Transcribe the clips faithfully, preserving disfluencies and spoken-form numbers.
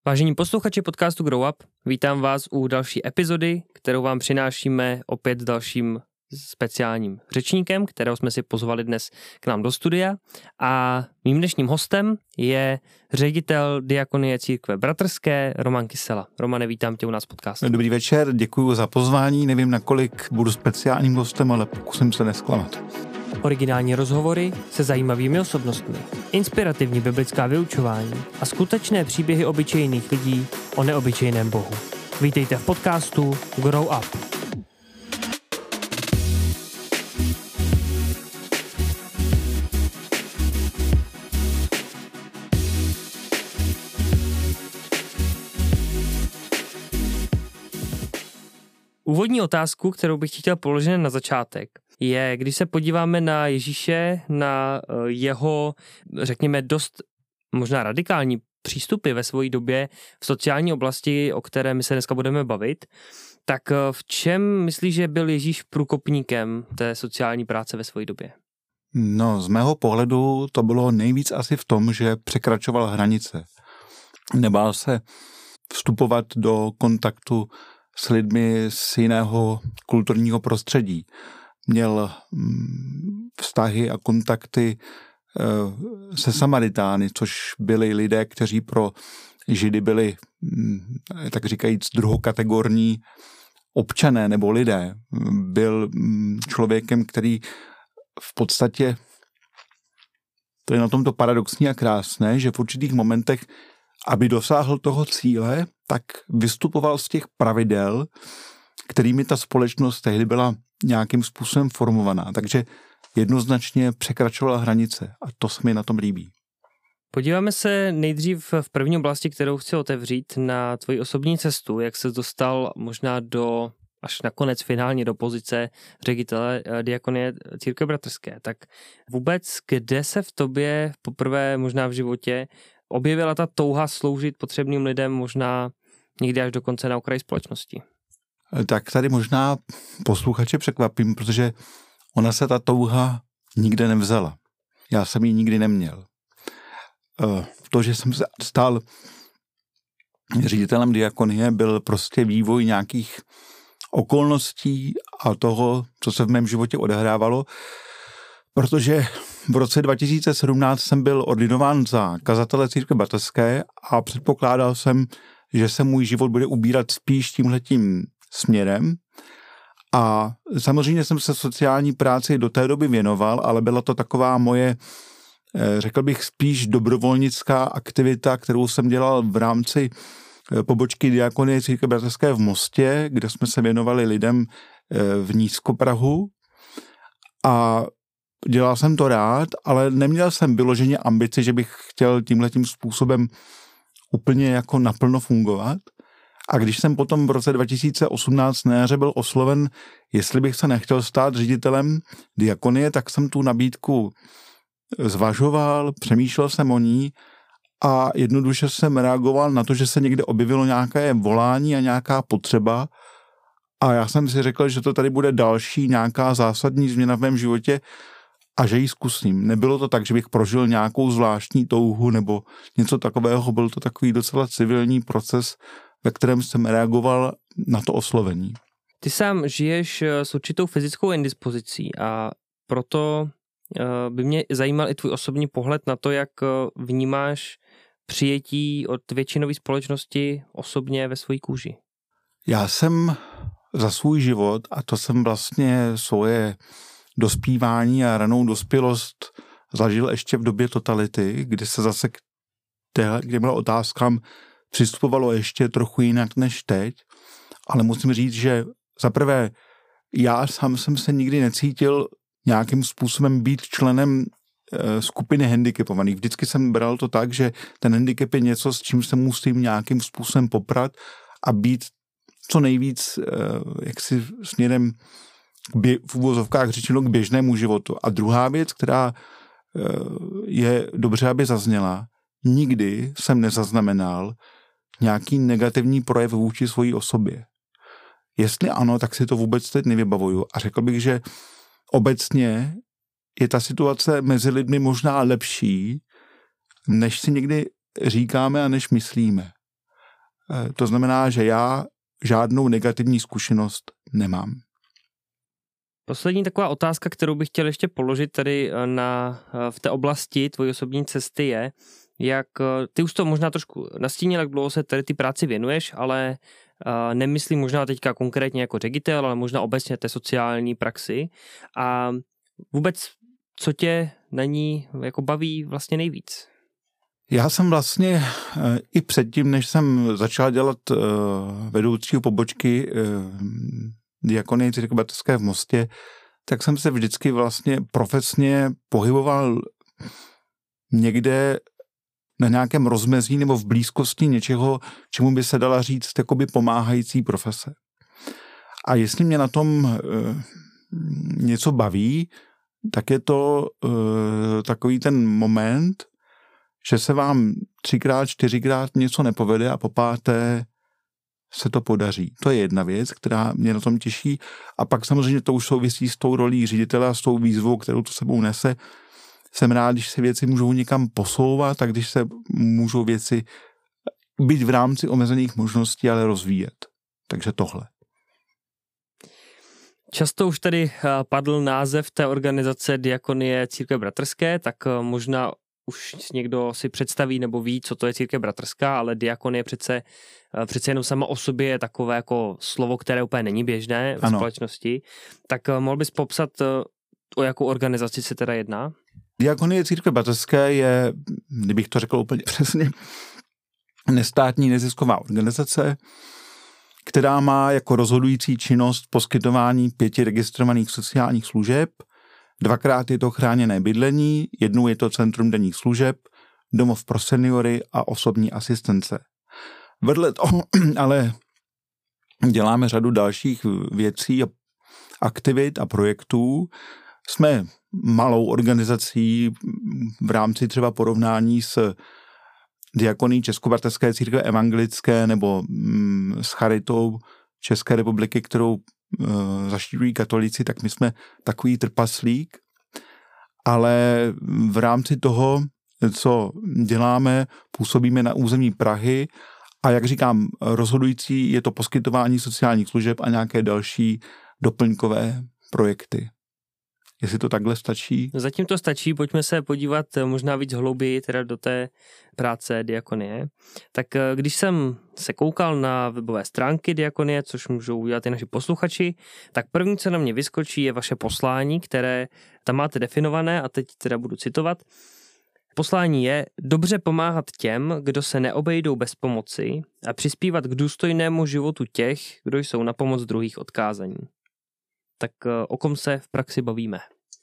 Vážení posluchači podcastu Grow Up, vítám vás u další epizody, kterou vám přinášíme opět s dalším speciálním řečníkem, kterého jsme si pozvali dnes k nám do studia. A mým dnešním hostem je ředitel Diakonie církve bratrské Roman Kysela. Romane, vítám tě u nás v podcastu. Dobrý večer, děkuji za pozvání. Nevím, nakolik budu speciálním hostem, ale pokusím se nesklamat. Originální rozhovory se zajímavými osobnostmi, inspirativní biblická vyučování a skutečné příběhy obyčejných lidí o neobyčejném Bohu. Vítejte v podcastu Grow Up. Úvodní otázku, kterou bych chtěl položit na začátek, je, když se podíváme na Ježíše, na jeho, řekněme, dost možná radikální přístupy ve své době v sociální oblasti, o které my se dneska budeme bavit, tak v čem myslíš, že byl Ježíš průkopníkem té sociální práce ve své době? No, z mého pohledu to bylo nejvíc asi v tom, že překračoval hranice. Nebál se vstupovat do kontaktu s lidmi z jiného kulturního prostředí. Měl vztahy a kontakty se Samaritány, což byli lidé, kteří pro Židy byli, tak říkajíc, druhokategorní občané nebo lidé. Byl člověkem, který v podstatě, to je na tomto paradoxní a krásné, že v určitých momentech, aby dosáhl toho cíle, tak vystupoval z těch pravidel, kterými ta společnost tehdy byla nějakým způsobem formovaná. Takže jednoznačně překračovala hranice a to se mi na tom líbí. Podíváme se nejdřív v první oblasti, kterou chci otevřít, na tvoji osobní cestu, jak se dostal možná do, až nakonec finálně do pozice ředitele Diakonie církve bratrské. Tak vůbec, kde se v tobě poprvé možná v životě objevila ta touha sloužit potřebným lidem, možná někdy až dokonce na okraji společnosti? Tak tady možná posluchače překvapím, protože ona se ta touha nikde nevzala. Já jsem ji nikdy neměl. To, že jsem se stal ředitelem diakonie, byl prostě vývoj nějakých okolností a toho, co se v mém životě odehrávalo, protože v roce dva tisíce sedmnáct jsem byl ordinován za kazatele církve bratrské a předpokládal jsem, že se můj život bude ubírat spíš tímhletím směrem. A samozřejmě jsem se sociální práci do té doby věnoval, ale byla to taková moje, řekl bych, spíš dobrovolnická aktivita, kterou jsem dělal v rámci pobočky Diakonie církve bratrské v Mostě, kde jsme se věnovali lidem v Nízkoprahu. A dělal jsem to rád, ale neměl jsem vyloženě ambici, že bych chtěl tímhletím způsobem úplně jako naplno fungovat. A když jsem potom v roce dva tisíce osmnáct na jaře byl osloven, jestli bych se nechtěl stát ředitelem diakonie, tak jsem tu nabídku zvažoval, přemýšlel jsem o ní a jednoduše jsem reagoval na to, že se někde objevilo nějaké volání a nějaká potřeba a já jsem si řekl, že to tady bude další nějaká zásadní změna v mém životě a že ji zkusím. Nebylo to tak, že bych prožil nějakou zvláštní touhu nebo něco takového, byl to takový docela civilní proces, ve kterém jsem reagoval na to oslovení. Ty sám žiješ s určitou fyzickou indispozicí a proto by mě zajímal i tvůj osobní pohled na to, jak vnímáš přijetí od většinové společnosti osobně ve své kůži. Já jsem za svůj život, a to jsem vlastně svoje dospívání a ranou dospělost zažil ještě v době totality, kdy se zase k těmhle otázkám přistupovalo ještě trochu jinak než teď, ale musím říct, že zaprvé já sám jsem se nikdy necítil nějakým způsobem být členem e, skupiny handicapovaných. Vždycky jsem bral to tak, že ten handicap je něco, s čím se musím nějakým způsobem poprat a být co nejvíc e, jaksi směrem bě, v uvozovkách řečeno k běžnému životu. A druhá věc, která e, je dobře, aby zazněla, nikdy jsem nezaznamenal nějaký negativní projev vůči svojí osobě. Jestli ano, tak si to vůbec teď nevybavuju. A řekl bych, že obecně je ta situace mezi lidmi možná lepší, než si někdy říkáme a než myslíme. To znamená, že já žádnou negativní zkušenost nemám. Poslední taková otázka, kterou bych chtěl ještě položit tady na, v té oblasti tvojí osobní cesty je, jak, ty už to možná trošku nastínil, jak dlouho se tady ty práci věnuješ, ale uh, nemyslím možná teďka konkrétně jako ředitel, ale možná obecně té sociální praxi. A vůbec, co tě na ní jako baví vlastně nejvíc? Já jsem vlastně uh, i předtím, než jsem začal dělat uh, vedoucího pobočky uh, Diakonie církevně v Mostě, tak jsem se vždycky vlastně profesně pohyboval někde na nějakém rozmezí nebo v blízkosti něčeho, čemu by se dala říct jakoby pomáhající profese. A jestli mě na tom e, něco baví, tak je to e, takový ten moment, že se vám třikrát, čtyřikrát něco nepovede a po páté se to podaří. To je jedna věc, která mě na tom těší. A pak samozřejmě to už souvisí s tou rolí ředitele a s tou výzvou, kterou to sebou nese. Jsem rád, když se věci můžou někam posouvat a když se můžou věci být v rámci omezených možností, ale rozvíjet. Takže tohle. Často už tady padl název té organizace Diakonie Církve bratrské, tak možná už někdo si představí nebo ví, co to je Církev bratrská, ale diakonie přece, přece jenom sama o sobě je takové jako slovo, které úplně není běžné v ano. společnosti. Tak mohl bys popsat, o jakou organizaci se teda jedná? Diakonie Církve bratrské je, kdybych to řekl úplně přesně, nestátní nezisková organizace, která má jako rozhodující činnost poskytování pěti registrovaných sociálních služeb. Dvakrát je to chráněné bydlení, jednou je to centrum denních služeb, domov pro seniory a osobní asistence. Vedle toho ale děláme řadu dalších věcí, aktivit a projektů. Jsme malou organizací v rámci třeba porovnání s Diakoní Českobratrské církve evangelické nebo s Charitou České republiky, kterou zaštiťují katolíci, tak my jsme takový trpaslík, ale v rámci toho, co děláme, působíme na území Prahy a jak říkám, rozhodující je to poskytování sociálních služeb a nějaké další doplňkové projekty. Jestli to takhle stačí? Zatím to stačí, pojďme se podívat možná víc hlouběji teda do té práce Diakonie. Tak když jsem se koukal na webové stránky Diakonie, což můžou udělat i naši posluchači, tak první, co na mě vyskočí, je vaše poslání, které tam máte definované a teď teda budu citovat. Poslání je dobře pomáhat těm, kdo se neobejdou bez pomoci a přispívat k důstojnému životu těch, kdo jsou na pomoc druhých odkázaní. Tak o kom se v praxi bavíme?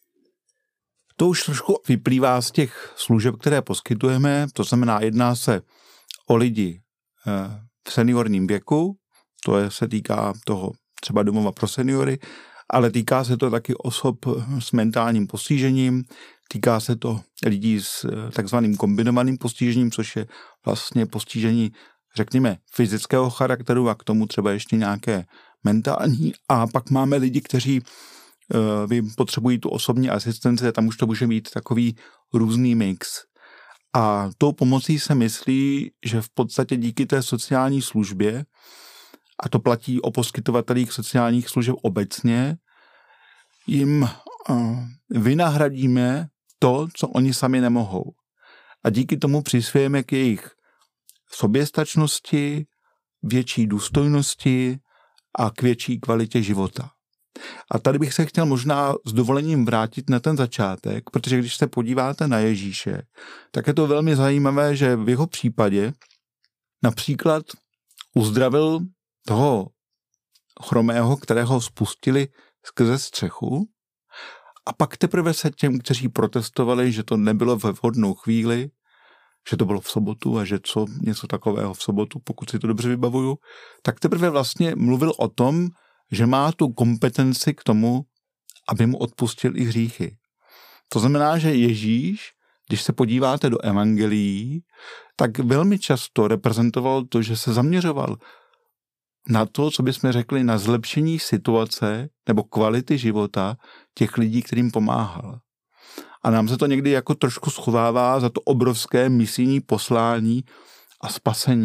To už trošku vyplývá z těch služeb, které poskytujeme, to znamená, jedná se o lidi v seniorním věku, to je, se týká toho třeba domova pro seniory, ale týká se to taky osob s mentálním postižením, týká se to lidí s takzvaným kombinovaným postižením, což je vlastně postižení, řekněme, fyzického charakteru a k tomu třeba ještě nějaké mentální. A pak máme lidi, kteří uh, potřebují tu osobní asistenci, tam už to může být takový různý mix. A tou pomocí se myslí, že v podstatě díky té sociální službě, a to platí o poskytovatelích sociálních služeb obecně, jim uh, vynahradíme to, co oni sami nemohou. A díky tomu přispějeme k jejich soběstačnosti, větší důstojnosti a k větší kvalitě života. A tady bych se chtěl možná s dovolením vrátit na ten začátek, protože když se podíváte na Ježíše, tak je to velmi zajímavé, že v jeho případě například uzdravil toho chromého, kterého spustili skrze střechu, a pak teprve se těm, kteří protestovali, že to nebylo ve vhodnou chvíli, že to bylo v sobotu a že co něco takového v sobotu, pokud si to dobře vybavuju, tak teprve vlastně mluvil o tom, že má tu kompetenci k tomu, aby mu odpustil i hříchy. To znamená, že Ježíš, když se podíváte do evangelií, tak velmi často reprezentoval to, že se zaměřoval na to, co bychom řekli, na zlepšení situace nebo kvality života těch lidí, kterým pomáhal. A nám se to někdy jako trošku schovává za to obrovské misijní poslání a spasení,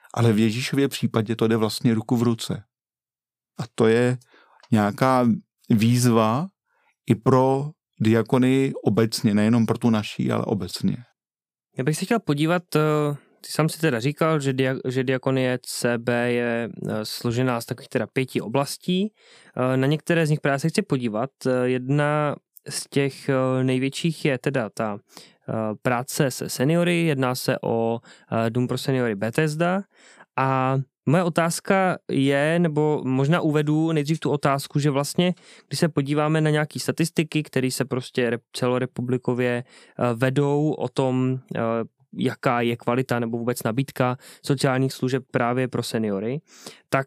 ale v Ježíšově případě to jde vlastně ruku v ruce. A to je nějaká výzva i pro diakonii obecně, nejenom pro tu naší, ale obecně. Já bych se chtěl podívat, ty sám si teda říkal, že, dia, že diakonie C B je složená z takových teda pěti oblastí. Na některé z nich právě se chci podívat. Jedna z těch největších je teda ta práce se seniory, jedná se o Dům pro seniory Bethesda a moje otázka je, nebo možná uvedu nejdřív tu otázku, že vlastně, když se podíváme na nějaké statistiky, které se prostě celorepublikově vedou o tom, jaká je kvalita nebo vůbec nabídka sociálních služeb právě pro seniory, tak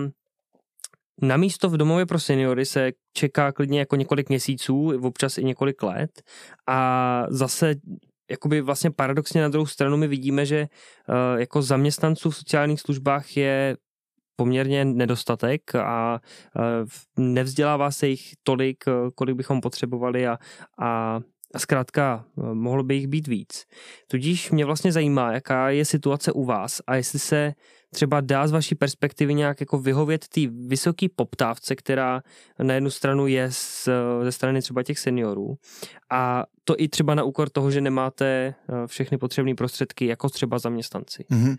na místo v domově pro seniory se čeká klidně jako několik měsíců, občas i několik let a zase jakoby vlastně paradoxně na druhou stranu my vidíme, že uh, jako zaměstnanců v sociálních službách je poměrně nedostatek a uh, nevzdělává se jich tolik, uh, kolik bychom potřebovali a, a, a zkrátka uh, mohlo by jich být víc. Tudíž mě vlastně zajímá, jaká je situace u vás a jestli se třeba dá z vaší perspektivy nějak jako vyhovět té vysoké poptávce, která na jednu stranu je z, ze strany třeba těch seniorů a to i třeba na úkor toho, že nemáte všechny potřebné prostředky, jako třeba zaměstnanci. Mm-hmm.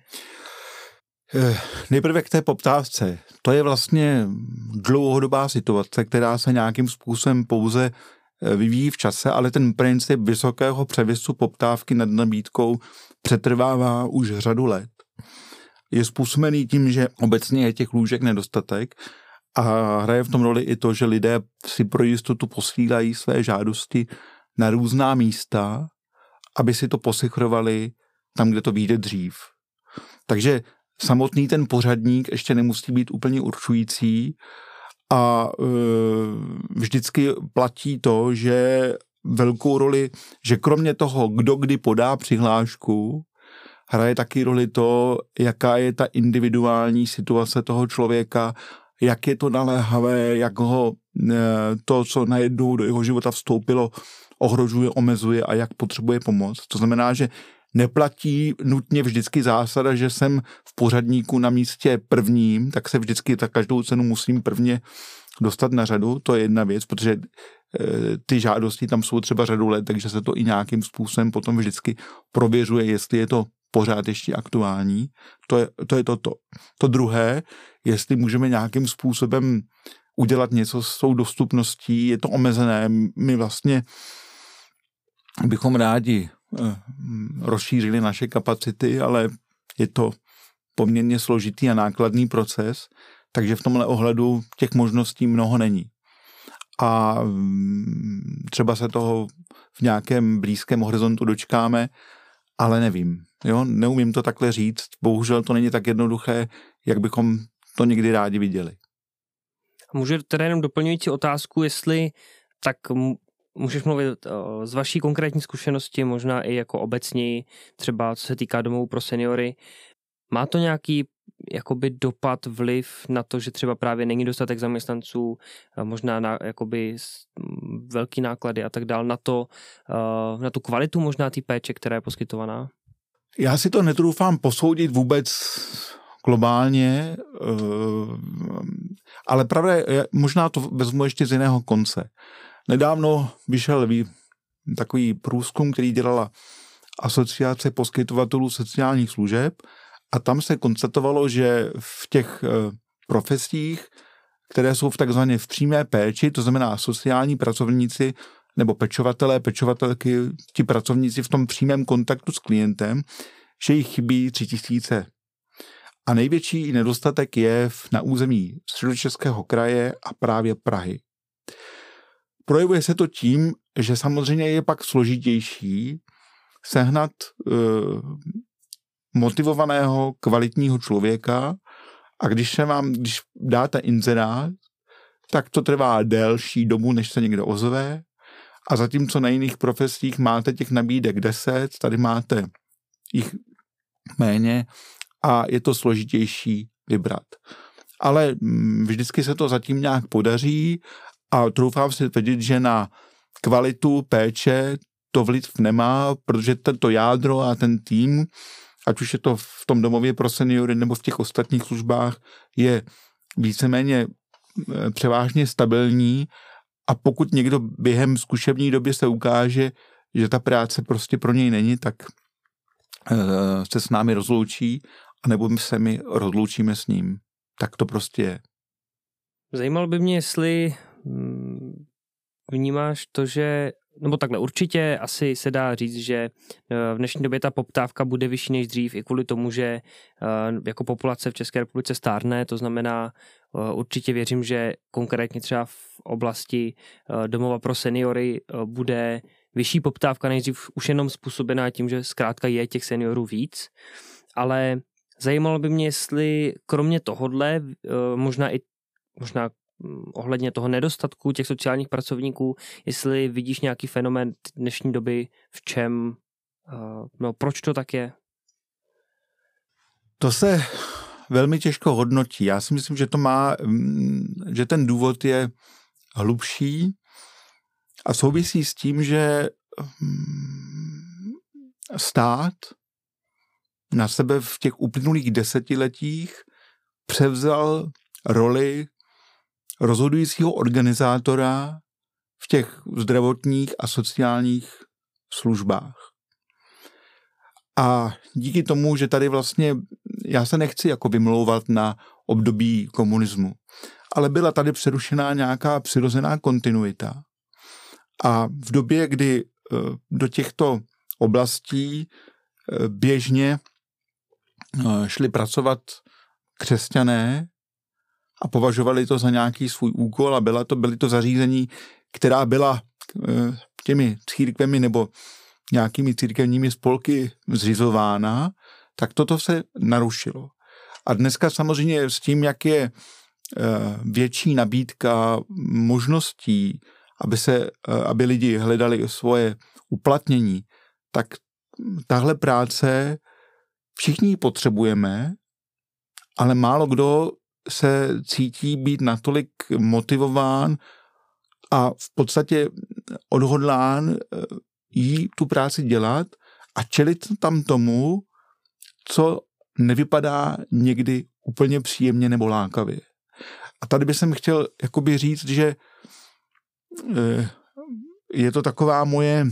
Nejprve k té poptávce. To je vlastně dlouhodobá situace, která se nějakým způsobem pouze vyvíjí v čase, ale ten princip vysokého převisu poptávky nad nabídkou přetrvává už řadu let. Je způsobený tím, že obecně je těch lůžek nedostatek a hraje v tom roli i to, že lidé si pro jistotu posílají své žádosti na různá místa, aby si to posychrovali tam, kde to vyjde dřív. Takže samotný ten pořadník ještě nemusí být úplně určující a e, vždycky platí to, že velkou roli, že kromě toho, kdo kdy podá přihlášku, hraje taky roli to, jaká je ta individuální situace toho člověka, jak je to naléhavé, jak ho to, co najednou do jeho života vstoupilo, ohrožuje, omezuje a jak potřebuje pomoc. To znamená, že neplatí nutně vždycky zásada, že jsem v pořadníku na místě prvním, tak se vždycky za každou cenu musím prvně dostat na řadu. To je jedna věc, protože ty žádosti tam jsou třeba řadu let, takže se to i nějakým způsobem potom vždycky prověřuje, jestli je to pořád ještě aktuální. To je, to je toto. To druhé, jestli můžeme nějakým způsobem udělat něco s tou dostupností, je to omezené. My vlastně bychom rádi eh, rozšířili naše kapacity, ale je to poměrně složitý a nákladný proces, takže v tomhle ohledu těch možností mnoho není. A třeba se toho v nějakém blízkém horizontu dočkáme, ale nevím. Jo? Neumím to takhle říct. Bohužel to není tak jednoduché, jak bychom to někdy rádi viděli. Můžu teda jenom doplňující otázku, jestli tak můžeš mluvit z vaší konkrétní zkušenosti, možná i jako obecněji, třeba co se týká domovů pro seniory. Má to nějaký jakoby dopad, vliv na to, že třeba právě není dostatek zaměstnanců, možná na jakoby velký náklady a tak dál, na to, na tu kvalitu možná té péče, která je poskytovaná? Já si to netroufám posoudit vůbec globálně, ale pravda je, možná to vezmu ještě z jiného konce. Nedávno vyšel takový průzkum, který dělala Asociace poskytovatelů sociálních služeb a tam se konstatovalo, že v těch profesích, které jsou v takzvané v přímé péči, to znamená sociální pracovníci nebo pečovatelé, pečovatelky, ti pracovníci v tom přímém kontaktu s klientem, že jich chybí tři tisíce. A největší nedostatek je na území Středočeského kraje a právě Prahy. Projevuje se to tím, že samozřejmě je pak složitější sehnat uh, motivovaného, kvalitního člověka a když se vám, když dáte inzerát, tak to trvá delší dobu, než se někdo ozve a zatímco na jiných profesích máte těch nabídek deset, tady máte jich méně a je to složitější vybrat. Ale vždycky se to zatím nějak podaří a troufám si tvrdit, že na kvalitu péče to vliv nemá, protože to jádro a ten tým ať už je to v tom domově pro seniory nebo v těch ostatních službách, je víceméně převážně stabilní a pokud někdo během zkušební doby se ukáže, že ta práce prostě pro něj není, tak se s námi rozloučí, anebo se my rozloučíme s ním. Tak to prostě je. Zajímalo by mě, jestli vnímáš to, že, nebo takhle, určitě asi se dá říct, že v dnešní době ta poptávka bude vyšší než dřív i kvůli tomu, že jako populace v České republice stárne, to znamená, určitě věřím, že konkrétně třeba v oblasti domova pro seniory bude vyšší poptávka než dřív už jenom způsobená tím, že zkrátka je těch seniorů víc, ale zajímalo by mě, jestli kromě tohodle, možná i možná ohledně toho nedostatku těch sociálních pracovníků, jestli vidíš nějaký fenomén dnešní doby, v čem, no proč to tak je? To se velmi těžko hodnotí. Já si myslím, že to má, že ten důvod je hlubší a souvisí s tím, že stát na sebe v těch uplynulých desetiletích převzal roli rozhodujícího organizátora v těch zdravotních a sociálních službách. A díky tomu, že tady vlastně, já se nechci jako vymlouvat na období komunismu, ale byla tady přerušená nějaká přirozená kontinuita. A v době, kdy do těchto oblastí běžně šli pracovat křesťané a považovali to za nějaký svůj úkol a byla to, byly to zařízení, která byla těmi církvemi nebo nějakými církevními spolky zřizována, tak toto se narušilo. A dneska samozřejmě s tím, jak je větší nabídka možností, aby, se, aby lidi hledali svoje uplatnění, tak tahle práce všichni ji potřebujeme, ale málo kdo se cítí být natolik motivován a v podstatě odhodlán jí tu práci dělat a čelit tam tomu, co nevypadá někdy úplně příjemně nebo lákavě. A tady bych jsem chtěl jakoby říct, že je to taková moje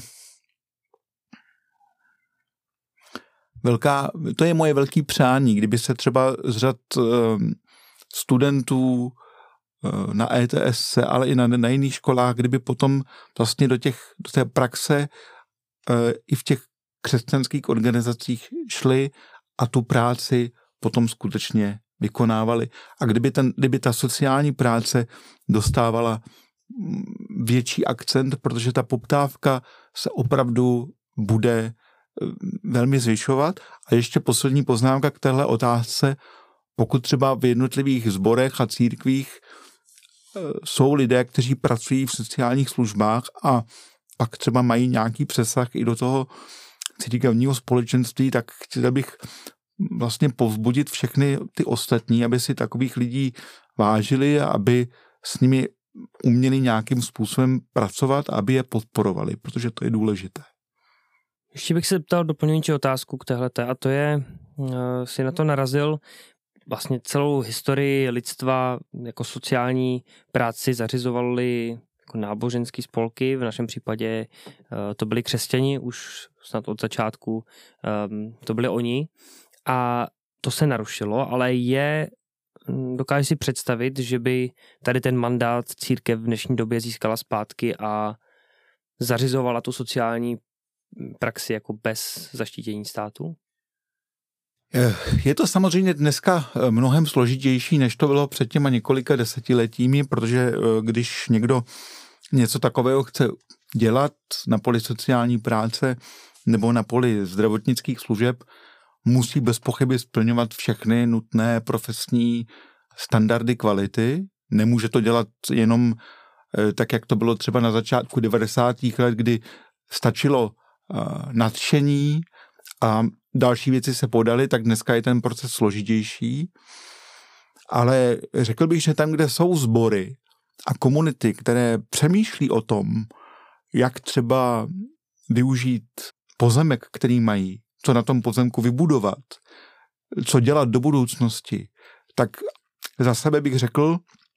velká, to je moje velký přání, kdyby se třeba z řad studentů na E T S, ale i na, na jiných školách, kdyby potom vlastně do, těch, do té praxe i v těch křesťanských organizacích šli a tu práci potom skutečně vykonávali. A kdyby, ten, kdyby ta sociální práce dostávala větší akcent, protože ta poptávka se opravdu bude velmi zvyšovat. A ještě poslední poznámka k téhle otázce. Pokud třeba v jednotlivých sborech a církvích jsou lidé, kteří pracují v sociálních službách a pak třeba mají nějaký přesah i do toho církevního společenství, tak chtěl bych vlastně povzbudit všechny ty ostatní, aby si takových lidí vážili a aby s nimi uměli nějakým způsobem pracovat, aby je podporovali, protože to je důležité. Ještě bych se ptal doplňující otázku k téhleté, a to je, si na to narazil, vlastně celou historii lidstva jako sociální práci zařizovaly jako náboženské spolky, v našem případě to byli křesťani, už snad od začátku to byli oni a to se narušilo, ale je, dokážu si představit, že by tady ten mandát církev v dnešní době získala zpátky a zařizovala tu sociální praxi jako bez zaštítění státu? Je to samozřejmě dneska mnohem složitější, než to bylo před těma několika desetiletími, protože když někdo něco takového chce dělat na poli sociální práce nebo na poli zdravotnických služeb, musí bez pochyby splňovat všechny nutné profesní standardy kvality. Nemůže to dělat jenom tak, jak to bylo třeba na začátku devadesátých let, kdy stačilo nadšení a další věci se podaly, tak dneska je ten proces složitější. Ale řekl bych, že tam, kde jsou sbory a komunity, které přemýšlí o tom, jak třeba využít pozemek, který mají, co na tom pozemku vybudovat, co dělat do budoucnosti, tak za sebe bych řekl,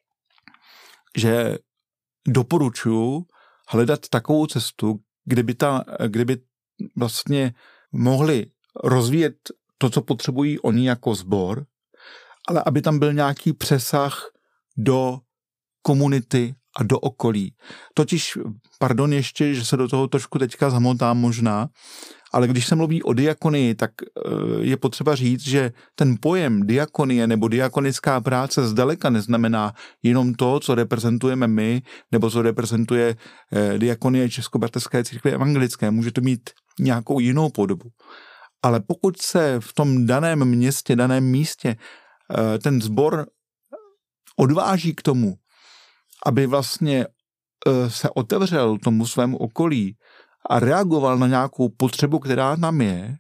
že doporučuji hledat takovou cestu, kde by, ta, kde by vlastně mohli rozvíjet to, co potřebují oni jako sbor, ale aby tam byl nějaký přesah do komunity a do okolí. Totiž, pardon ještě, že se do toho trošku teďka zamotám možná, ale když se mluví o diakonii, tak je potřeba říct, že ten pojem diakonie nebo diakonická práce zdaleka neznamená jenom to, co reprezentujeme my, nebo co reprezentuje diakonie Českobratrské církve evangelické. Může to mít nějakou jinou podobu. Ale pokud se v tom daném městě, daném místě ten sbor odváží k tomu, aby vlastně se otevřel tomu svému okolí a reagoval na nějakou potřebu, která tam je,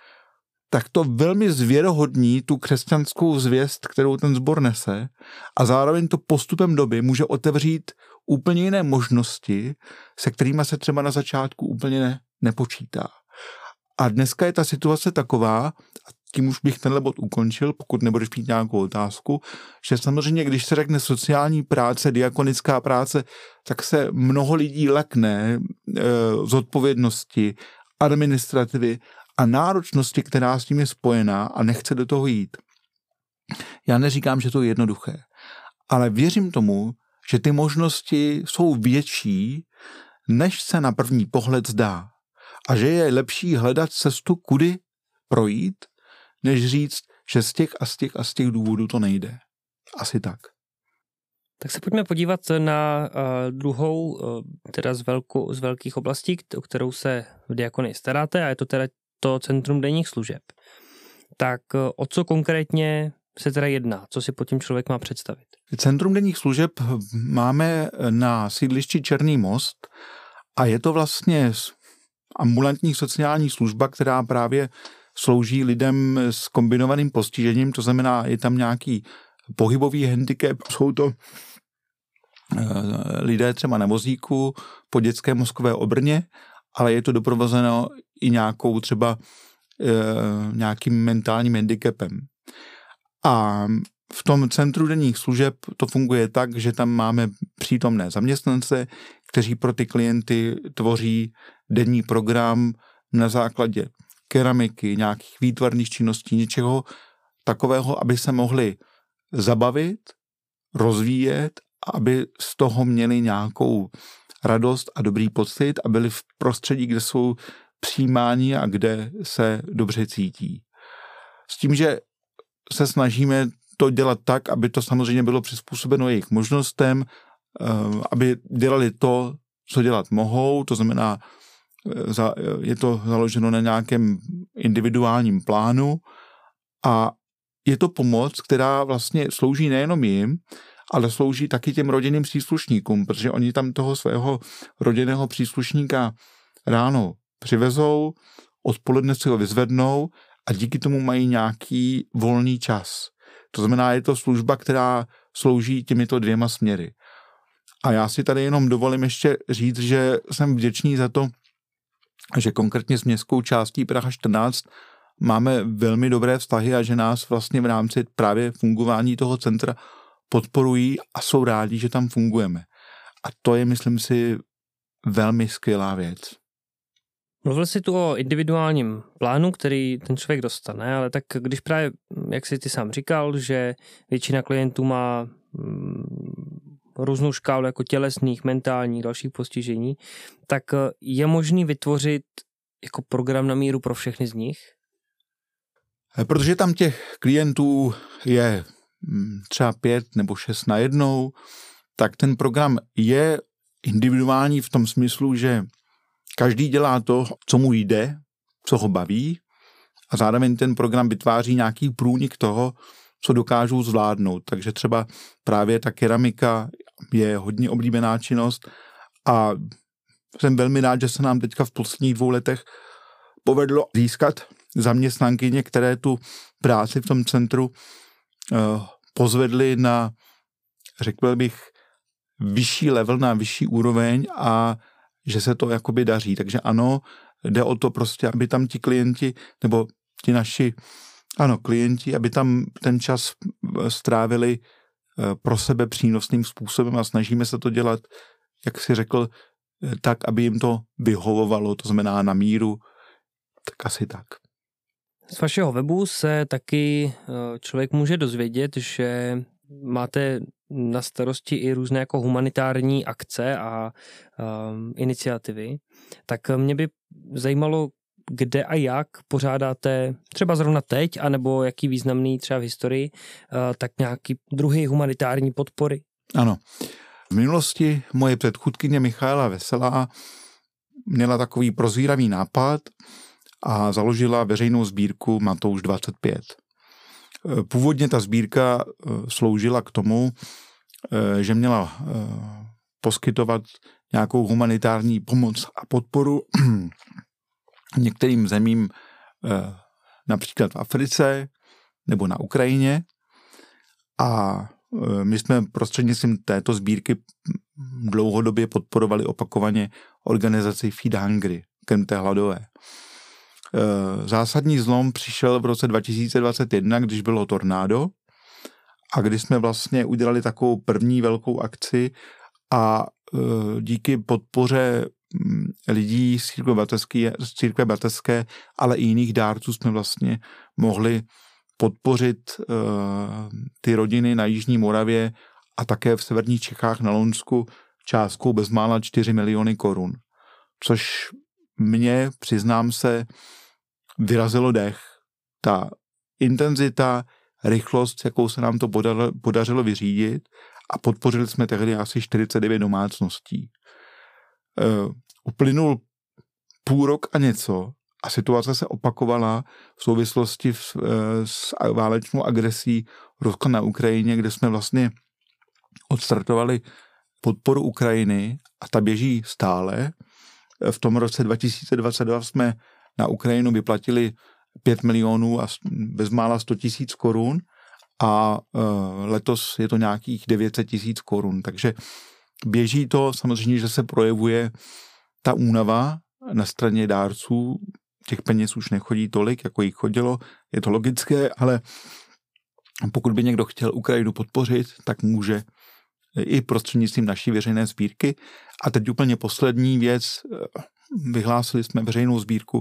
tak to velmi zvěrohodní tu křesťanskou zvěst, kterou ten sbor nese, a zároveň to postupem doby může otevřít úplně jiné možnosti, se kterými se třeba na začátku úplně ne, nepočítá. A dneska je ta situace taková, a tím už bych tenhle bod ukončil, pokud nebudeš mít nějakou otázku, že samozřejmě, když se řekne sociální práce, diakonická práce, tak se mnoho lidí lekne e, z odpovědnosti, administrativy a náročnosti, která s tím je spojená, a nechce do toho jít. Já neříkám, že to je jednoduché, ale věřím tomu, že ty možnosti jsou větší, než se na první pohled zdá. A že je lepší hledat cestu, kudy projít, než říct, že z těch a z těch a z těch důvodů to nejde. Asi tak. Tak se pojďme podívat na uh, druhou, uh, teda z, velkou, z velkých oblastí, o kterou se v diakonii staráte, a je to teda to Centrum denních služeb. Tak uh, o co konkrétně se teda jedná? Co si pod tím člověk má představit? Centrum denních služeb máme na sídlišti Černý most a je to vlastně ambulantní sociální služba, která právě slouží lidem s kombinovaným postižením, to znamená, je tam nějaký pohybový handicap, jsou to lidé třeba na vozíku po dětské mozkové obrně, ale je to doprovázeno i nějakou třeba nějakým mentálním handicapem. A v tom centru denních služeb to funguje tak, že tam máme přítomné zaměstnance, kteří pro ty klienty tvoří denní program na základě keramiky, nějakých výtvarných činností, něčeho takového, aby se mohli zabavit, rozvíjet, aby z toho měli nějakou radost a dobrý pocit a byli v prostředí, kde jsou přijímáni a kde se dobře cítí. S tím, že se snažíme to dělat tak, aby to samozřejmě bylo přizpůsobeno jejich možnostem, aby dělali to, co dělat mohou, to znamená, je to založeno na nějakém individuálním plánu a je to pomoc, která vlastně slouží nejenom jim, ale slouží taky těm rodinným příslušníkům, protože oni tam toho svého rodinného příslušníka ráno přivezou, odpoledne si ho vyzvednou a díky tomu mají nějaký volný čas. To znamená, je to služba, která slouží těmito dvěma směry. A já si tady jenom dovolím ještě říct, že jsem vděčný za to, že konkrétně s městskou částí Praha čtrnáct máme velmi dobré vztahy a že nás vlastně v rámci právě fungování toho centra podporují a jsou rádi, že tam fungujeme. A to je, myslím si, velmi skvělá věc. Mluvil jsi tu o individuálním plánu, který ten člověk dostane, ale tak když právě, jak jsi ty sám říkal, že většina klientů má mm, různou škálu jako tělesných, mentálních, dalších postižení, tak je možný vytvořit jako program na míru pro všechny z nich? Protože tam těch klientů je třeba pět nebo šest na jednou, tak ten program je individuální v tom smyslu, že každý dělá to, co mu jde, co ho baví, a zároveň ten program vytváří nějaký průnik toho, co dokážou zvládnout. Takže třeba právě ta keramika je hodně oblíbená činnost a jsem velmi rád, že se nám teďka v posledních dvou letech povedlo získat zaměstnankyně, které tu práci v tom centru uh, pozvedly na, řekl bych, vyšší level, na vyšší úroveň a že se to jakoby daří. Takže ano, Jde o to prostě, aby tam ti klienti, nebo ti naši, ano, klienti, aby tam ten čas strávili pro sebe přínosným způsobem a snažíme se to dělat, jak si řekl, tak, aby jim to vyhovovalo, to znamená na míru, tak asi tak. Z vašeho webu se taky člověk může dozvědět, že máte na starosti i různé jako humanitární akce a um, iniciativy. Tak mě by zajímalo, kde a jak pořádáte třeba zrovna teď, anebo jaký významný třeba v historii, uh, tak nějaký druhý humanitární podpory? Ano. V minulosti moje předchůdkyně Michaela Veselá měla takový prozíravý nápad a založila veřejnou sbírku Matouš dvacet pět. Původně ta sbírka sloužila k tomu, že měla poskytovat nějakou humanitární pomoc a podporu některým zemím, například v Africe nebo na Ukrajině. A my jsme prostřednictvím této sbírky dlouhodobě podporovali opakovaně organizaci Feed Hungry, Krmte hladové. Zásadní zlom přišel v roce dva tisíce dvacet jedna, když bylo tornádo a kdy jsme vlastně udělali takovou první velkou akci a díky podpoře lidí z církve bratrské, z církve bratrské, ale i jiných dárců jsme vlastně mohli podpořit ty rodiny na Jižní Moravě a také v severních Čechách na Lounsku částkou bezmála čtyři miliony korun, což mně, přiznám se, vyrazilo dech. Ta intenzita, rychlost, jakou se nám to podařilo vyřídit a podpořili jsme tehdy asi čtyřicet devět domácností. Uh, uplynul půl rok a něco a situace se opakovala v souvislosti v, uh, s válečnou agresí Ruska na Ukrajině, kde jsme vlastně odstartovali podporu Ukrajiny a ta běží stále. V tom roce dva tisíce dvacet dva jsme na Ukrajinu vyplatili pět milionů a bezmála sto tisíc korun a letos je to nějakých devět set tisíc korun. Takže běží to, samozřejmě, že se projevuje ta únava na straně dárců. Těch peněz už nechodí tolik, jako jich chodilo. Je to logické, ale pokud by někdo chtěl Ukrajinu podpořit, tak může i prostřednictvím naší veřejné sbírky. A teď úplně poslední věc. Vyhlásili jsme veřejnou sbírku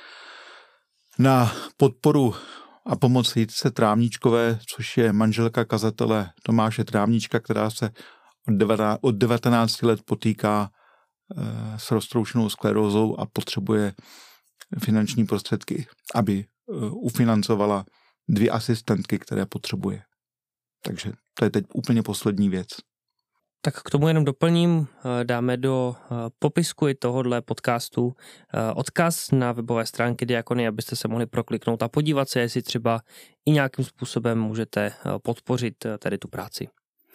na podporu a pomoc Jitce Trávníčkové, což je manželka kazatele Tomáše Trávníčka, která se od devatenácti let potýká s roztroušenou sklerózou a potřebuje finanční prostředky, aby ufinancovala dvě asistentky, které potřebuje. Takže to je teď úplně poslední věc. Tak k tomu jenom doplním, dáme do popisku i tohohle podcastu odkaz na webové stránky Diakonie, abyste se mohli prokliknout a podívat se, jestli třeba i nějakým způsobem můžete podpořit tady tu práci.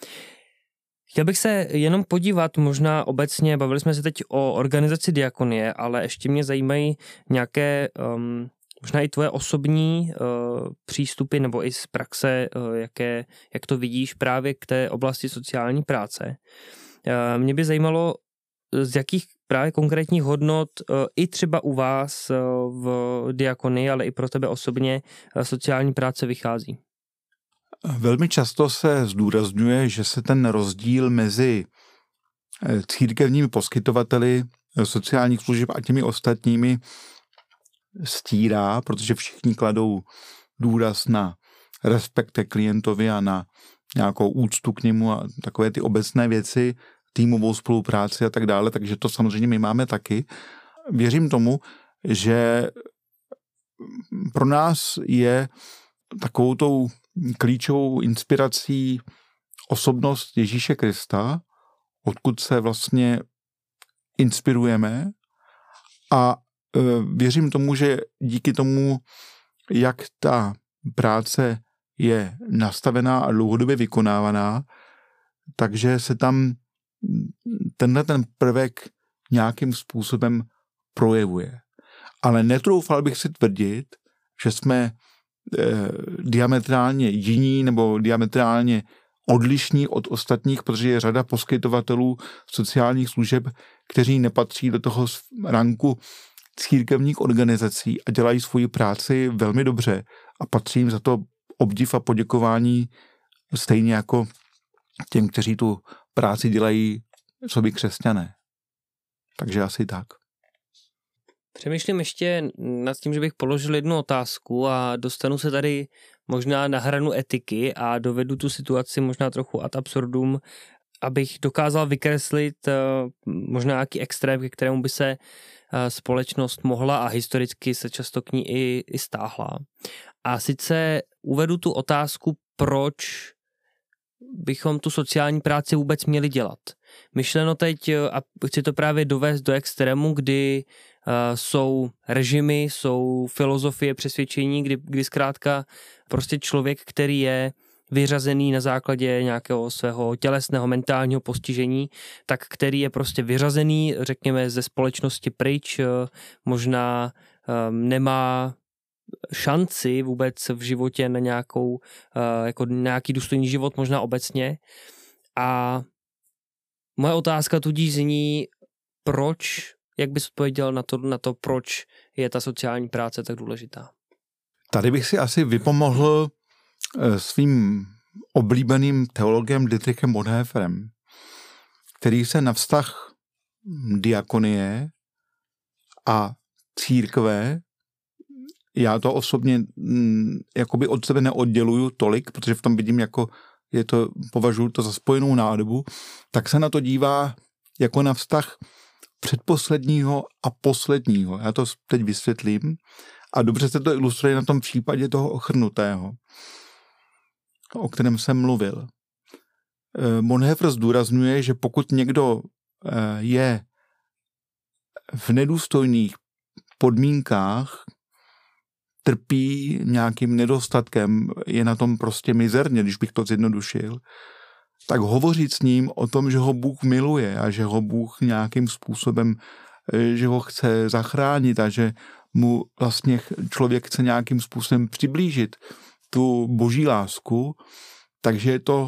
Chtěl bych se jenom podívat možná obecně, bavili jsme se teď o organizaci Diakonie, ale ještě mě zajímají nějaké um, možná i tvoje osobní uh, přístupy nebo i z praxe, uh, jaké, jak to vidíš právě k té oblasti sociální práce. Uh, mě by zajímalo, z jakých právě konkrétních hodnot uh, i třeba u vás uh, v Diakonii, ale i pro tebe osobně uh, sociální práce vychází. Velmi často se zdůrazňuje, že se ten rozdíl mezi církevními poskytovateli sociálních služeb a těmi ostatními stírá, protože všichni kladou důraz na respekt ke klientovi a na nějakou úctu k němu a takové ty obecné věci, týmovou spolupráci a tak dále, takže to samozřejmě my máme taky. Věřím tomu, že pro nás je takovou tou klíčovou inspirací osobnost Ježíše Krista, odkud se vlastně inspirujeme a e, věřím tomu, že díky tomu, jak ta práce je nastavená a dlouhodobě vykonávaná, takže se tam tenhle ten prvek nějakým způsobem projevuje. Ale netroufal bych si tvrdit, že jsme eh, diametrálně jiní nebo diametrálně odlišní od ostatních, protože je řada poskytovatelů sociálních služeb, kteří nepatří do toho ranku církevních organizací a dělají svoji práci velmi dobře a patří jim za to obdiv a poděkování stejně jako těm, kteří tu práci dělají sobě křesťané. Takže asi tak. Přemýšlím ještě nad tím, že bych položil jednu otázku a dostanu se tady možná na hranu etiky a dovedu tu situaci možná trochu ad absurdum, abych dokázal vykreslit možná nějaký extrém, ke kterému by se společnost mohla a historicky se často k ní i, i stáhla. A sice uvedu tu otázku, proč bychom tu sociální práci vůbec měli dělat. Myšleno teď, a chci to právě dovést do extrému, kdy uh, jsou režimy, jsou filozofie, přesvědčení, kdy, kdy zkrátka prostě člověk, který je vyřazený na základě nějakého svého tělesného, mentálního postižení, tak který je prostě vyřazený, řekněme, ze společnosti pryč, možná um, nemá šanci vůbec v životě na nějakou, uh, jako nějaký důstojný život, možná obecně. A moje otázka tudíž zní, proč, jak bys odpověděl na to, na to, proč je ta sociální práce tak důležitá? Tady bych si asi vypomohl svým oblíbeným teologem Dietrichem Bonhoefferem, který se na vztah diakonie a církve, já to osobně m, jakoby od sebe neodděluju tolik, protože v tom vidím, jako je to, považuji to za spojenou nádobu, tak se na to dívá jako na vztah předposledního a posledního. Já to teď vysvětlím a dobře se to ilustruje na tom případě toho ochrnutého, o kterém jsem mluvil. Bonhoeffer zdůrazňuje, že pokud někdo je v nedůstojných podmínkách, trpí nějakým nedostatkem, je na tom prostě mizerně, když bych to zjednodušil, tak hovořit s ním o tom, že ho Bůh miluje a že ho Bůh nějakým způsobem, že ho chce zachránit a že mu vlastně člověk chce nějakým způsobem přiblížit tu boží lásku, takže je to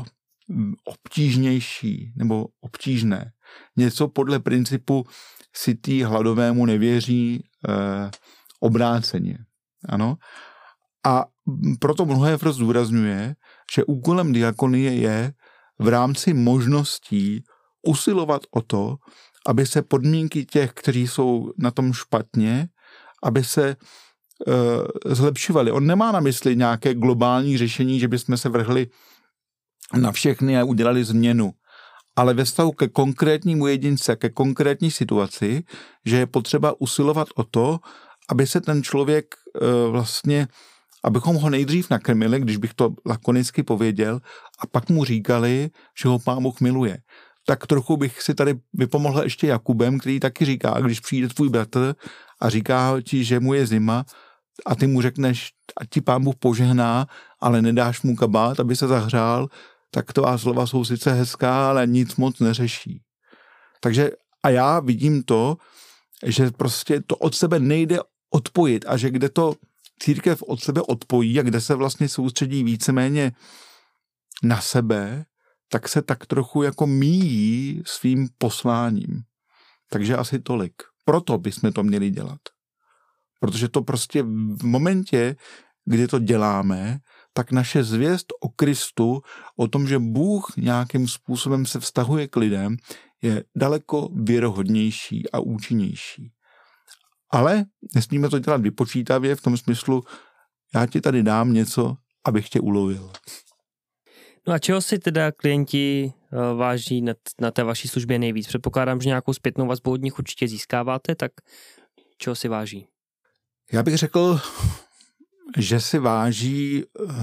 obtížnější nebo obtížné. Něco podle principu sytý hladovému nevěří eh, obráceně. Ano. A proto Bonhoeffer zdůrazňuje, že úkolem diakonie je v rámci možností usilovat o to, aby se podmínky těch, kteří jsou na tom špatně, aby se uh, zlepšovaly. On nemá na mysli nějaké globální řešení, že bychom se vrhli na všechny a udělali změnu, ale ve vztahu ke konkrétnímu jedince, ke konkrétní situaci, že je potřeba usilovat o to, aby se ten člověk uh, vlastně, abychom ho nejdřív nakrmili, když bych to lakonicky pověděl, a pak mu říkali, že ho Pán Bůh miluje. Tak trochu bych si tady vypomohl ještě Jakubem, který taky říká, když přijde tvůj bratr a říká ti, že mu je zima a ty mu řekneš, ať ti Pán Bůh požehná, ale nedáš mu kabát, aby se zahřál, tak tvá slova jsou sice hezká, ale nic moc neřeší. Takže a já vidím to, že prostě to od sebe nejde odpojit a že kde to církev od sebe odpojí a kde se vlastně soustředí víceméně na sebe, tak se tak trochu jako míjí svým posláním. Takže asi tolik. Proto bychom to měli dělat. Protože to prostě v momentě, kdy to děláme, tak naše zvěst o Kristu, o tom, že Bůh nějakým způsobem se vztahuje k lidem, je daleko věrohodnější a účinnější. Ale nesmíme to dělat vypočítavě v tom smyslu, já ti tady dám něco, abych tě ulovil. No a čeho si teda klienti váží na, na té vaší službě nejvíc? Předpokládám, že nějakou zpětnou vazbu od nich určitě získáváte, tak čeho si váží? Já bych řekl, že si váží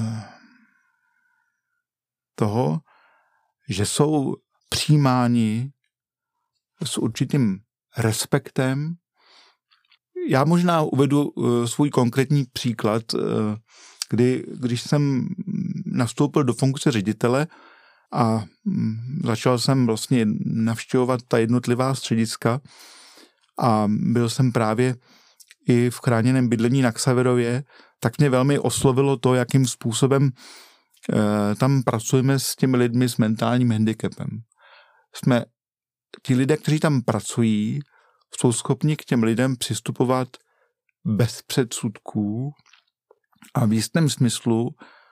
toho, že jsou přijímáni s určitým respektem. Já možná uvedu svůj konkrétní příklad, kdy, když jsem nastoupil do funkce ředitele a začal jsem vlastně navštěvovat ta jednotlivá střediska a byl jsem právě i v chráněném bydlení na Xaverově, tak mě velmi oslovilo to, jakým způsobem eh, tam pracujeme s těmi lidmi s mentálním handicapem. Jsme, ti lidé, kteří tam pracují, jsou schopni k těm lidem přistupovat bez předsudků a v jistém smyslu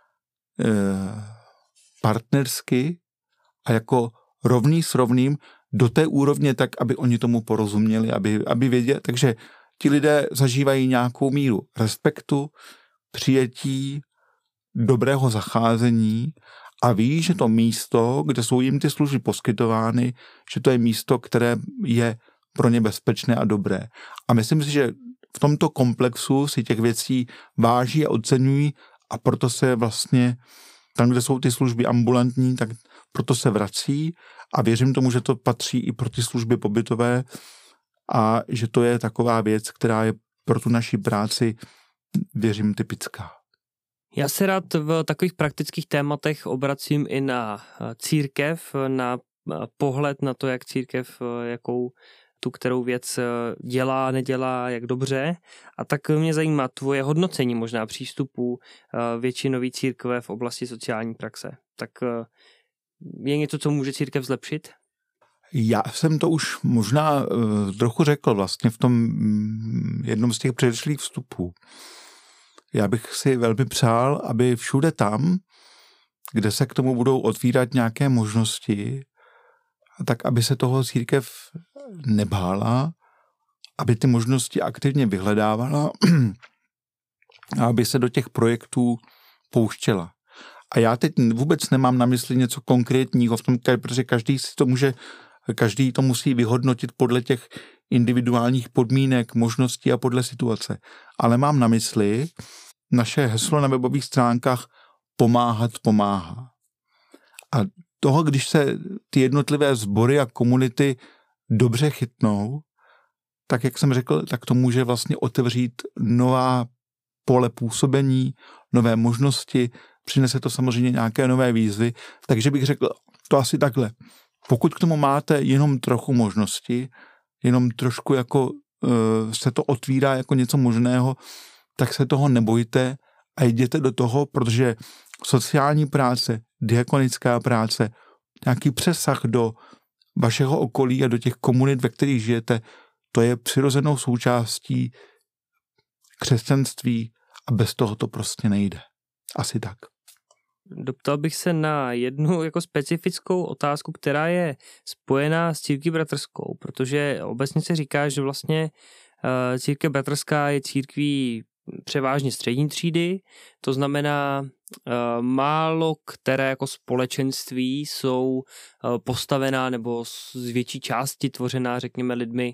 eh, partnersky a jako rovný s rovným do té úrovně tak, aby oni tomu porozuměli, aby, aby věděli. Takže ti lidé zažívají nějakou míru respektu, přijetí, dobrého zacházení a ví, že to místo, kde jsou jim ty služby poskytovány, že to je místo, které je pro ně bezpečné a dobré. A myslím si, že v tomto komplexu si těch věcí váží a oceňují a proto se vlastně tam, kde jsou ty služby ambulantní, tak proto se vrací a věřím tomu, že to patří i pro ty služby pobytové a že to je taková věc, která je pro tu naši práci, věřím, typická. Já se rád v takových praktických tématech obracím i na církev, na pohled na to, jak církev, jakou tu kterou věc dělá, nedělá, jak dobře. A tak mě zajímá tvoje hodnocení možná přístupů většinové církve v oblasti sociální praxe. Tak je něco, co může církev zlepšit? Já jsem to už možná uh, trochu řekl vlastně v tom um, jednom z těch předešlých vstupů. Já bych si velmi přál, aby všude tam, kde se k tomu budou otvírat nějaké možnosti, tak aby se toho církev nebála, aby ty možnosti aktivně vyhledávala a aby se do těch projektů pouštěla. A já teď vůbec nemám na mysli něco konkrétního v tom, protože každý si to může, každý to musí vyhodnotit podle těch individuálních podmínek, možností a podle situace. Ale mám na mysli naše heslo na webových stránkách pomáhat pomáhá. A toho, když se ty jednotlivé sbory a komunity dobře chytnou, tak jak jsem řekl, tak to může vlastně otevřít nová pole působení, nové možnosti, přinese to samozřejmě nějaké nové výzvy, takže bych řekl to asi takhle. Pokud k tomu máte jenom trochu možnosti, jenom trošku jako uh, se to otvírá jako něco možného, tak se toho nebojte a jděte do toho, protože sociální práce, diakonická práce, nějaký přesah do vašeho okolí a do těch komunit, ve kterých žijete, to je přirozenou součástí křesťanství a bez toho to prostě nejde. Asi tak. Doptal bych se na jednu jako specifickou otázku, která je spojená s církví bratrskou, protože obecně se říká, že vlastně církev bratrská je církví převážně střední třídy, to znamená málo které jako společenství jsou postavená nebo z větší části tvořená, řekněme, lidmi,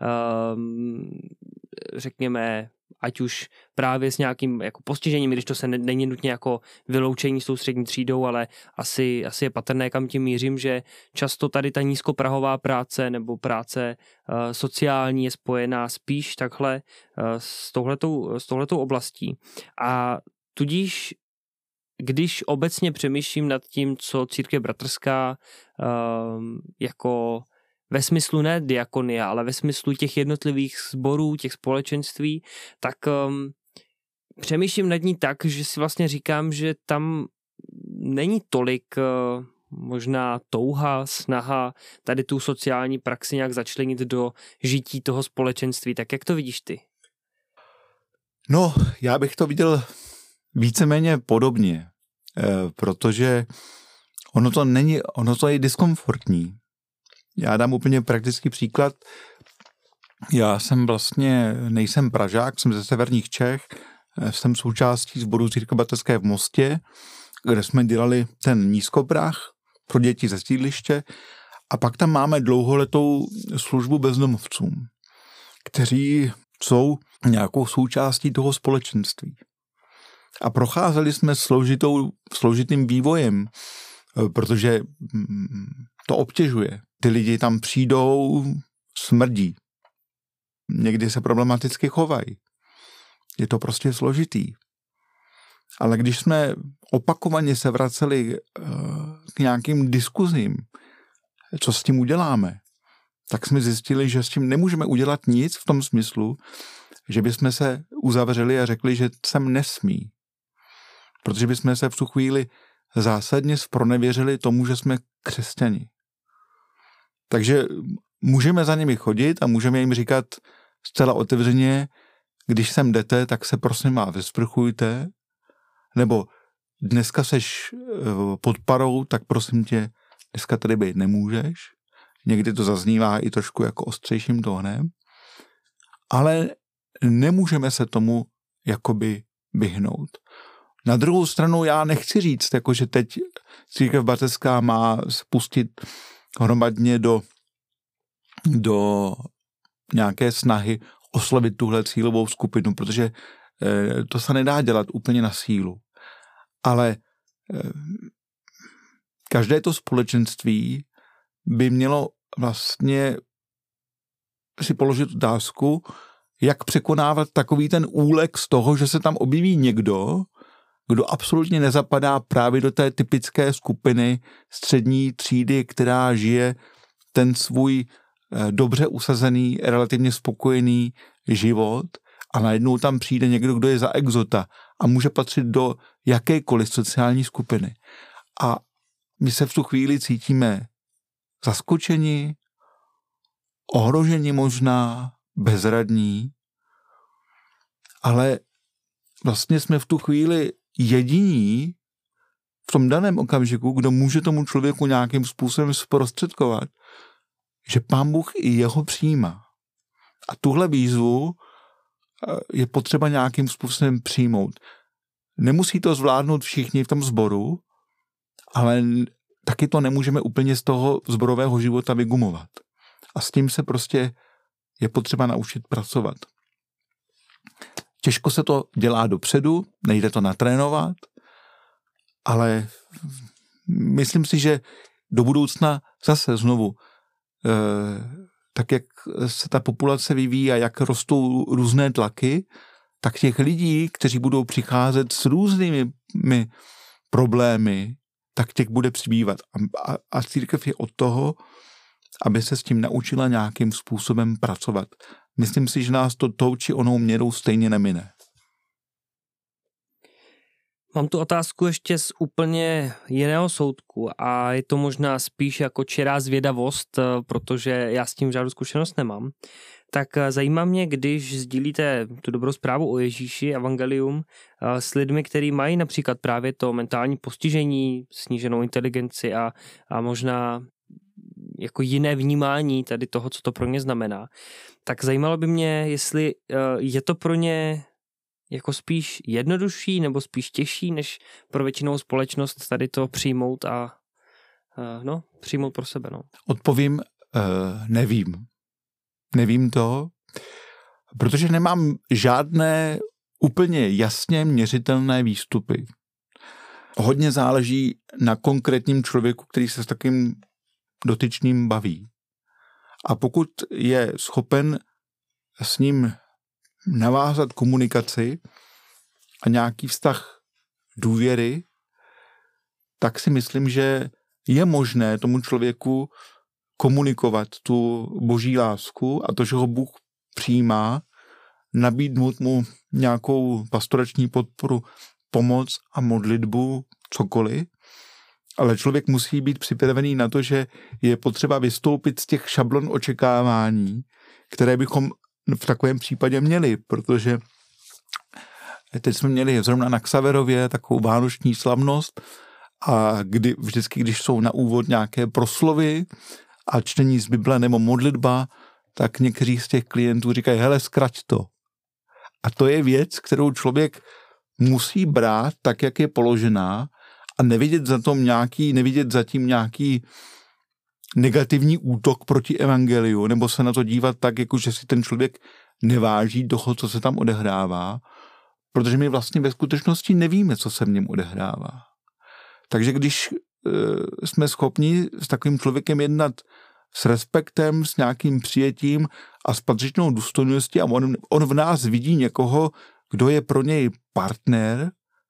řekněme, ať už právě s nějakým jako postižením, když to se ne, není nutně jako vyloučení s tou střední třídou, ale asi, asi je patrné, kam tím mířím, že často tady ta nízkoprahová práce nebo práce uh, sociální je spojená spíš takhle uh, s touhletou, s touhletou oblastí. A tudíž, když obecně přemýšlím nad tím, co církev bratrská uh, jako ve smyslu ne diakonia, ale ve smyslu těch jednotlivých sborů, těch společenství, tak um, přemýšlím nad ní tak, že si vlastně říkám, že tam není tolik uh, možná touha, snaha tady tu sociální praxi nějak začlenit do žití toho společenství. Tak jak to vidíš ty? No, já bych to viděl víceméně podobně, eh, protože ono to není, ono to je diskomfortní. Já dám úplně praktický příklad. Já jsem vlastně, nejsem Pražák, jsem ze severních Čech, jsem součástí sboru Církve bratrské v Mostě, kde jsme dělali ten nízkoprah pro děti ze sídliště a pak tam máme dlouholetou službu bezdomovcům, kteří jsou nějakou součástí toho společenství. A procházeli jsme složitou, složitým vývojem, protože to obtěžuje. Ty lidi tam přijdou, smrdí. Někdy se problematicky chovají. Je to prostě složitý. Ale když jsme opakovaně se vraceli k nějakým diskuzím, co s tím uděláme, tak jsme zjistili, že s tím nemůžeme udělat nic v tom smyslu, že bychom se uzavřeli a řekli, že sem nesmí. Protože bychom se v tu chvíli zásadně zpronevěřili tomu, že jsme křesťani. Takže můžeme za nimi chodit a můžeme jim říkat zcela otevřeně, když sem jdete, tak se prosím vás vysprchujte, nebo dneska seš pod parou, tak prosím tě, dneska tady být nemůžeš. Někdy to zaznívá i trošku jako ostřejším tónem, ale nemůžeme se tomu jakoby vyhnout. Na druhou stranu já nechci říct, jako že teď církev baptistská má spustit hromadně do, do nějaké snahy oslovit tuhle cílovou skupinu, protože eh, to se nedá dělat úplně na sílu. Ale eh, každé to společenství by mělo vlastně si položit otázku, jak překonávat takový ten úlek z toho, že se tam objeví někdo, kdo absolutně nezapadá právě do té typické skupiny střední třídy, která žije ten svůj dobře usazený, relativně spokojený život a najednou tam přijde někdo, kdo je za exota a může patřit do jakékoliv sociální skupiny. A my se v tu chvíli cítíme zaskočeni, ohroženi možná, bezradní, ale vlastně jsme v tu chvíli jediní v tom daném okamžiku, kdo může tomu člověku nějakým způsobem zprostředkovat, že Pán Bůh i jeho přijímá. A tuhle výzvu je potřeba nějakým způsobem přijmout. Nemusí to zvládnout všichni v tom sboru, ale taky to nemůžeme úplně z toho sborového života vygumovat. A s tím se prostě je potřeba naučit pracovat. Těžko se to dělá dopředu, nejde to natrénovat, ale myslím si, že do budoucna zase znovu, tak jak se ta populace vyvíjí a jak rostou různé tlaky, tak těch lidí, kteří budou přicházet s různými problémy, tak těch bude přibývat. A, a, a církev je od toho, aby se s tím naučila nějakým způsobem pracovat. Myslím si, že nás to tou či onou měrou stejně nemine. Mám tu otázku ještě z úplně jiného soudku a je to možná spíš jako čirá zvědavost, protože já s tím žádnou zkušenost nemám. Tak zajímá mě, když sdílíte tu dobrou zprávu o Ježíši, evangelium, s lidmi, kteří mají například právě to mentální postižení, sníženou inteligenci a, a možná jako jiné vnímání tady toho, co to pro ně znamená. Tak zajímalo by mě, jestli je to pro ně jako spíš jednodušší nebo spíš těžší, než pro většinou společnost tady to přijmout a no, přijmout pro sebe. No. Odpovím, uh, nevím. Nevím to, protože nemám žádné úplně jasně měřitelné výstupy. Hodně záleží na konkrétním člověku, který se s takým dotyčným baví. A pokud je schopen s ním navázat komunikaci a nějaký vztah důvěry, tak si myslím, že je možné tomu člověku komunikovat tu boží lásku a to, že ho Bůh přijímá, nabídnout mu nějakou pastorační podporu, pomoc a modlitbu, cokoliv, ale člověk musí být připravený na to, že je potřeba vystoupit z těch šablon očekávání, které bychom v takovém případě měli, protože teď jsme měli zrovna na Xaverově takovou vánoční slavnost a kdy, vždycky, když jsou na úvod nějaké proslovy a čtení z Bible nebo modlitba, tak někteří z těch klientů říkají, hele, zkrať to. A to je věc, kterou člověk musí brát tak, jak je položená a nevidět za tom nějaký, nevidět zatím nějaký negativní útok proti evangeliu, nebo se na to dívat tak, jako že si ten člověk neváží toho, co se tam odehrává, protože my vlastně ve skutečnosti nevíme, co se v něm odehrává. Takže když e, jsme schopni s takovým člověkem jednat s respektem, s nějakým přijetím a s patřičnou důstojností a on, on v nás vidí někoho, kdo je pro něj partner,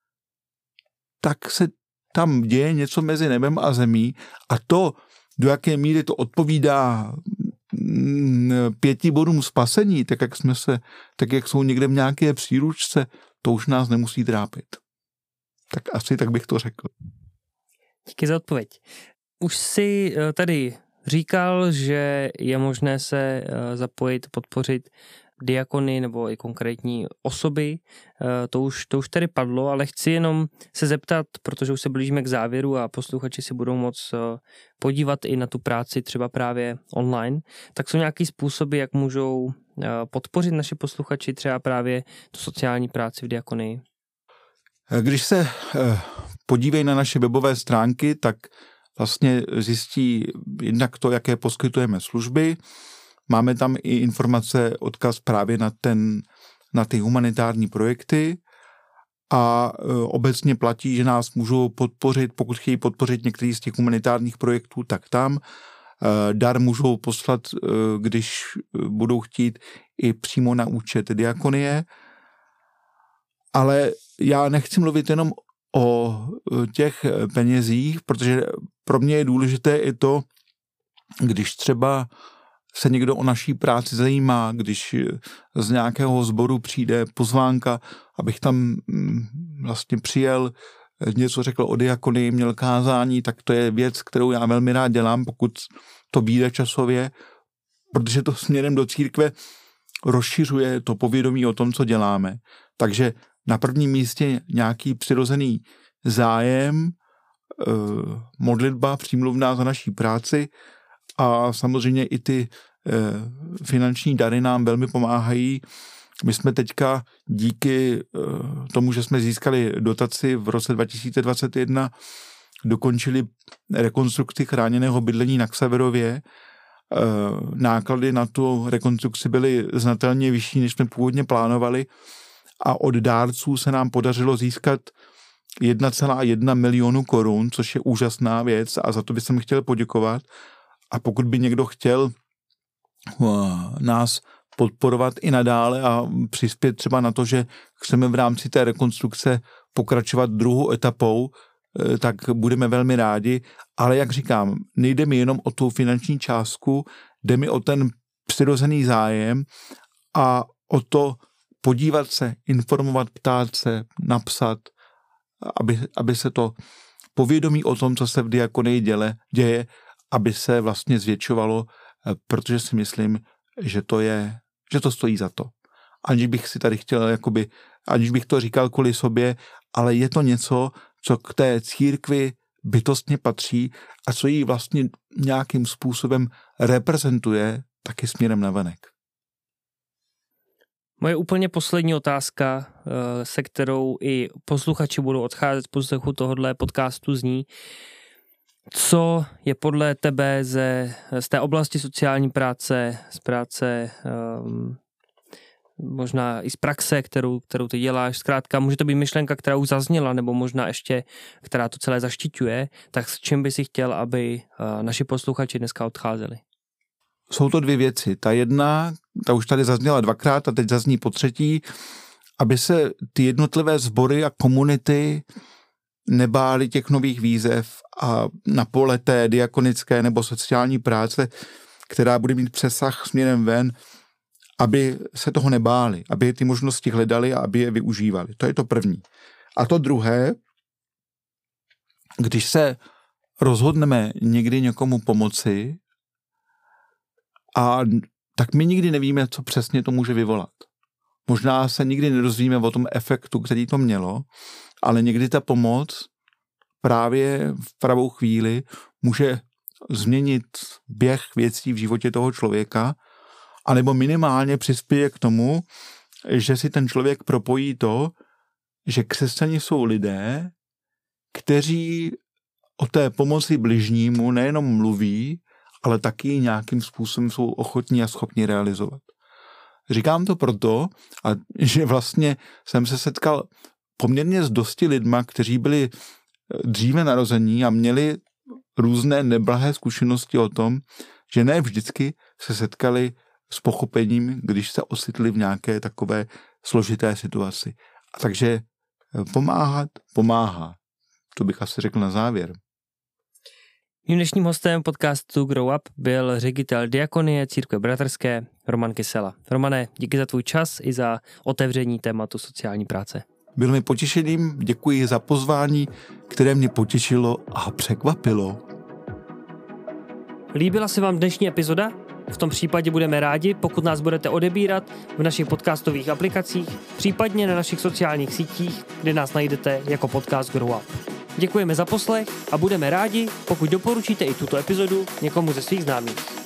tak se tam děje něco mezi nebem a zemí a to, do jaké míry to odpovídá pěti bodům spasení, tak jak jsme se, tak jak jsou někde v nějaké příručce, to už nás nemusí trápit. Tak asi tak bych to řekl. Díky za odpověď. Už si tady Říkal, že je možné se zapojit, podpořit diakony nebo i konkrétní osoby. To už, to už tady padlo, ale chci jenom se zeptat, protože už se blížíme k závěru a posluchači si budou moc podívat i na tu práci třeba právě online, tak jsou nějaký způsoby, jak můžou podpořit naši posluchači třeba právě tu sociální práci v diakonii? Když se podívají na naše webové stránky, tak vlastně zjistí jednak to, jaké poskytujeme služby. Máme tam i informace, odkaz právě na, ten, na ty humanitární projekty a obecně platí, že nás můžou podpořit, pokud chtějí podpořit některý z těch humanitárních projektů, tak tam. Dar můžou poslat, když budou chtít, i přímo na účet diakonie. Ale já nechci mluvit jenom o těch penězích, protože pro mě je důležité i to, když třeba se někdo o naší práci zajímá, když z nějakého sboru přijde pozvánka, abych tam vlastně přijel, něco řekl o diakonii, měl kázání, tak to je věc, kterou já velmi rád dělám, pokud to vyjde časově, protože to směrem do církve rozšiřuje to povědomí o tom, co děláme. Takže na prvním místě nějaký přirozený zájem, modlitba přímluvná za naší práci a samozřejmě i ty finanční dary nám velmi pomáhají. My jsme teďka díky tomu, že jsme získali dotaci v roce dva tisíce dvacet jedna, dokončili rekonstrukci chráněného bydlení na Xaverově. Náklady na tu rekonstrukci byly znatelně vyšší, než jsme původně plánovali a od dárců se nám podařilo získat jedna celá jedna milionu korun, což je úžasná věc a za to bych jsem chtěl poděkovat. A pokud by někdo chtěl nás podporovat i nadále a přispět třeba na to, že chceme v rámci té rekonstrukce pokračovat druhou etapou, tak budeme velmi rádi. Ale jak říkám, nejde mi jenom o tu finanční částku, jde mi o ten přirozený zájem a o to podívat se, informovat, ptát se, napsat, aby, aby se to povědomí o tom, co se v diakonii děle, děje, aby se vlastně zvětšovalo, protože si myslím, že to je, že to stojí za to. Aniž bych si tady chtěl, jakoby, aniž bych to říkal kvůli sobě, ale je to něco, co k té církvi bytostně patří a co ji vlastně nějakým způsobem reprezentuje taky směrem navenek. Moje úplně poslední otázka, se kterou i posluchači budou odcházet z poslechu tohohle podcastu, zní: co je podle tebe ze, z té oblasti sociální práce, z práce um, možná i z praxe, kterou, kterou ty děláš, zkrátka může to být myšlenka, která už zazněla, nebo možná ještě, která to celé zaštiťuje, tak s čím by si chtěl, aby uh, naši posluchači dneska odcházeli? Jsou to dvě věci. Ta jedna, ta už tady zazněla dvakrát a teď zazní po třetí, aby se ty jednotlivé sbory a komunity nebáli těch nových výzev a na pole té diakonické nebo sociální práce, která bude mít přesah směrem ven, aby se toho nebáli, aby ty možnosti hledali a aby je využívali. To je to první. A to druhé, když se rozhodneme někdy někomu pomoci, a tak my nikdy nevíme, co přesně to může vyvolat. Možná se nikdy nedozvíme o tom efektu, který to mělo, ale někdy ta pomoc právě v pravou chvíli může změnit běh věcí v životě toho člověka, anebo minimálně přispěje k tomu, že si ten člověk propojí to, že křesťani jsou lidé, kteří o té pomoci bližnímu nejenom mluví, ale taky nějakým způsobem jsou ochotní a schopni realizovat. Říkám to proto, že vlastně jsem se setkal poměrně s dosti lidma, kteří byli dříve narození a měli různé neblahé zkušenosti o tom, že ne vždycky se setkali s pochopením, když se ocitli v nějaké takové složité situaci. A takže pomáhat pomáhá. To bych asi řekl na závěr. Mým dnešním hostem podcastu Grow Up byl ředitel diakonie Církve bratrské Roman Kysela. Romane, díky za tvůj čas i za otevření tématu sociální práce. Bylo mi potěšením, děkuji za pozvání, které mě potěšilo a překvapilo. Líbila se vám dnešní epizoda? V tom případě budeme rádi, pokud nás budete odebírat v našich podcastových aplikacích, případně na našich sociálních sítích, kde nás najdete jako podcast Grow Up. Děkujeme za poslech a budeme rádi, pokud doporučíte i tuto epizodu někomu ze svých známých.